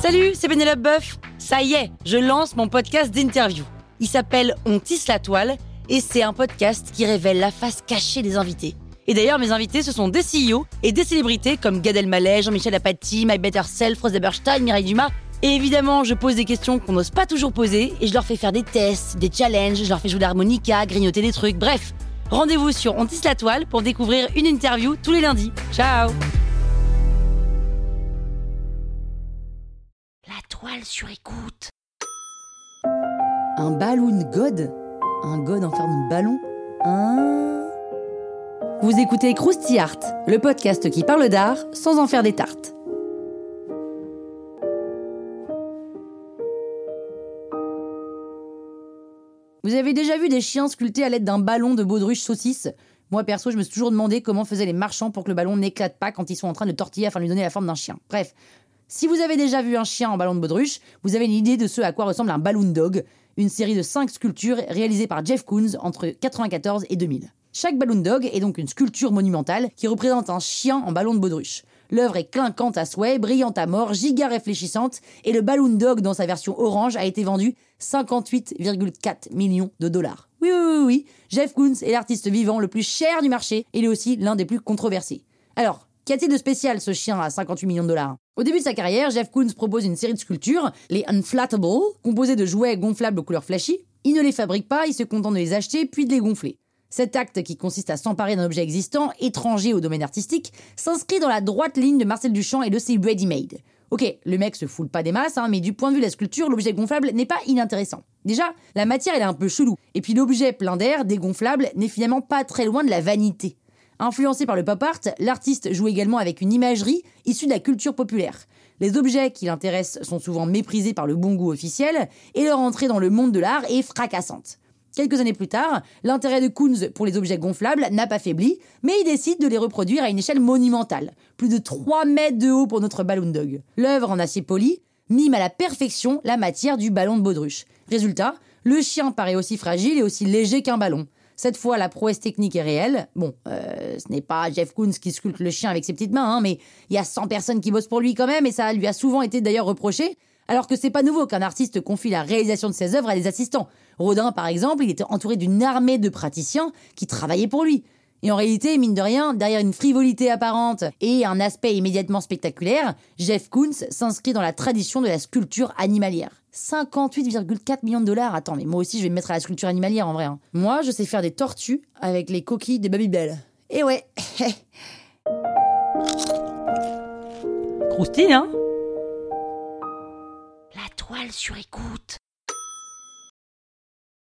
Salut, c'est Pénélope Boeuf. Ça y est, je lance mon podcast d'interview. Il s'appelle On tisse la toile et c'est un podcast qui révèle la face cachée des invités. Et d'ailleurs, mes invités, ce sont des CEO et des célébrités comme Gad Elmaleh, Jean-Michel Apathy, My Better Self, Rose Eberstein, Mireille Dumas. Et évidemment, je pose des questions qu'on n'ose pas toujours poser et je leur fais faire des tests, des challenges, je leur fais jouer de l'harmonica, grignoter des trucs, bref. Rendez-vous sur On tisse la toile pour découvrir une interview tous les lundis. Ciao! La toile sur écoute. Un balloon god? Un god en forme de ballon? Vous écoutez Krusty Art, le podcast qui parle d'art sans en faire des tartes. Vous avez déjà vu des chiens sculptés à l'aide d'un ballon de baudruche saucisse? Moi perso, je me suis toujours demandé comment faisaient les marchands pour que le ballon n'éclate pas quand ils sont en train de tortiller afin de lui donner la forme d'un chien. Bref, si vous avez déjà vu un chien en ballon de baudruche, vous avez une idée de ce à quoi ressemble un balloon dog, une série de 5 sculptures réalisées par Jeff Koons entre 1994 et 2000. Chaque balloon dog est donc une sculpture monumentale qui représente un chien en ballon de baudruche. L'œuvre est clinquante à souhait, brillante à mort, giga réfléchissante, et le balloon dog dans sa version orange a été vendu 58,4 millions de dollars. Oui, Jeff Koons est l'artiste vivant le plus cher du marché, et il est aussi l'un des plus controversés. Alors, qu'y a-t-il de spécial ce chien à 58 millions de dollars? Au début de sa carrière, Jeff Koons propose une série de sculptures, les Unflattable, composées de jouets gonflables aux couleurs flashy. Il ne les fabrique pas, il se contente de les acheter puis de les gonfler. Cet acte, qui consiste à s'emparer d'un objet existant, étranger au domaine artistique, s'inscrit dans la droite ligne de Marcel Duchamp et de ses ready-made. Ok, le mec se foule pas des masses, mais du point de vue de la sculpture, l'objet gonflable n'est pas inintéressant. Déjà, la matière elle est un peu chelou, et puis l'objet plein d'air, dégonflable, n'est finalement pas très loin de la vanité. Influencé par le pop art, l'artiste joue également avec une imagerie issue de la culture populaire. Les objets qui l'intéressent sont souvent méprisés par le bon goût officiel, et leur entrée dans le monde de l'art est fracassante. Quelques années plus tard, l'intérêt de Koons pour les objets gonflables n'a pas faibli, mais il décide de les reproduire à une échelle monumentale, plus de 3 mètres de haut pour notre balloon dog. L'œuvre en acier poli mime à la perfection la matière du ballon de baudruche. Résultat, le chien paraît aussi fragile et aussi léger qu'un ballon. Cette fois, la prouesse technique est réelle. Ce n'est pas Jeff Koons qui sculpte le chien avec ses petites mains, mais il y a 100 personnes qui bossent pour lui quand même, et ça lui a souvent été d'ailleurs reproché. Alors que c'est pas nouveau qu'un artiste confie la réalisation de ses œuvres à des assistants. Rodin, par exemple, il était entouré d'une armée de praticiens qui travaillaient pour lui. Et en réalité, mine de rien, derrière une frivolité apparente et un aspect immédiatement spectaculaire, Jeff Koons s'inscrit dans la tradition de la sculpture animalière. 58,4 millions de dollars. Attends, mais moi aussi je vais me mettre à la sculpture animalière en vrai. Moi, je sais faire des tortues avec les coquilles des Babybel. Et ouais. Croustille, hein? La toile sur écoute.